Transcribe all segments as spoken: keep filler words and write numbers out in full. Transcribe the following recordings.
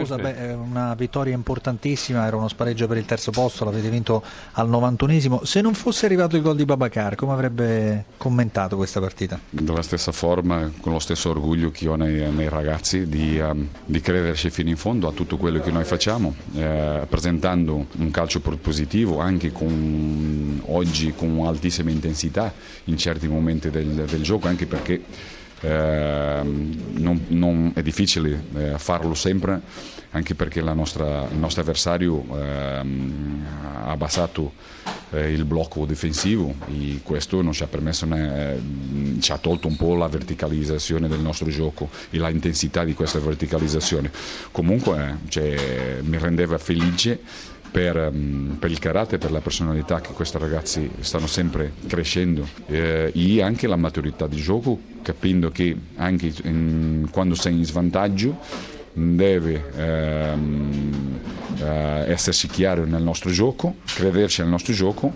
Sosa, beh, una vittoria importantissima, era uno spareggio per il terzo posto, l'avete vinto al novantunesimo. Se non fosse arrivato il gol di Babacar, come avrebbe commentato questa partita? Della stessa forma, con lo stesso orgoglio che ho nei, nei ragazzi di, um, di crederci fino in fondo a tutto quello che noi facciamo, eh, presentando un calcio positivo anche con, oggi con altissima intensità in certi momenti del, del gioco, anche perché Eh, non, non è difficile eh, farlo sempre, anche perché la nostra, il nostro avversario eh, ha abbassato eh, il blocco difensivo e questo non ci ha permesso né, eh, ci ha tolto un po' la verticalizzazione del nostro gioco e la intensità di questa verticalizzazione. Comunque eh, cioè, mi rendeva felice Per, per il carattere, per la personalità che questi ragazzi stanno sempre crescendo eh, e anche la maturità di gioco, capendo che anche in, quando sei in svantaggio deve ehm, eh, essersi chiaro nel nostro gioco, crederci nel nostro gioco,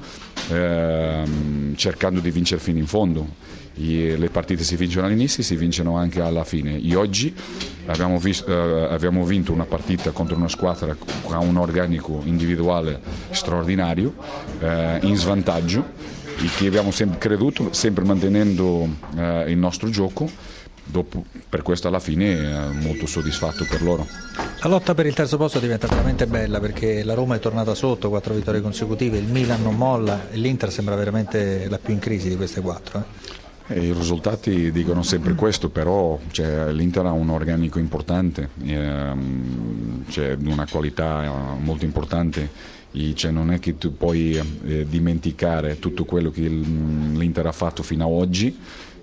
ehm, cercando di vincere fino in fondo. E le partite si vincono all'inizio e si vincono anche alla fine. E oggi abbiamo, visto, eh, abbiamo vinto una partita contro una squadra con un organico individuale straordinario, eh, in svantaggio, e che abbiamo sempre creduto, sempre mantenendo eh, il nostro gioco. Dopo, per questo alla fine eh, molto soddisfatto per loro. La lotta per il terzo posto diventa veramente bella, perché la Roma è tornata sotto, quattro vittorie consecutive, il Milan non molla e l'Inter sembra veramente la più in crisi di queste quattro. Eh. E I risultati dicono sempre questo, però cioè, l'Inter ha un organico importante, ehm, c'è una qualità molto importante, e cioè, non è che tu puoi eh, dimenticare tutto quello che l'Inter ha fatto fino ad oggi,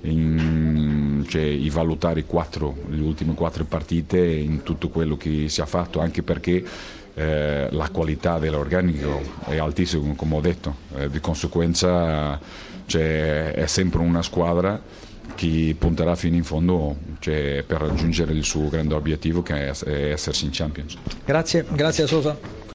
in, cioè, e valutare quattro, le ultime quattro partite in tutto quello che si è fatto, anche perché eh, la qualità dell'organico è altissima, come ho detto, eh, di conseguenza cioè, è sempre una squadra che punterà fino in fondo, cioè, per raggiungere il suo grande obiettivo, che è essersi in Champions. Grazie, grazie a Sosa.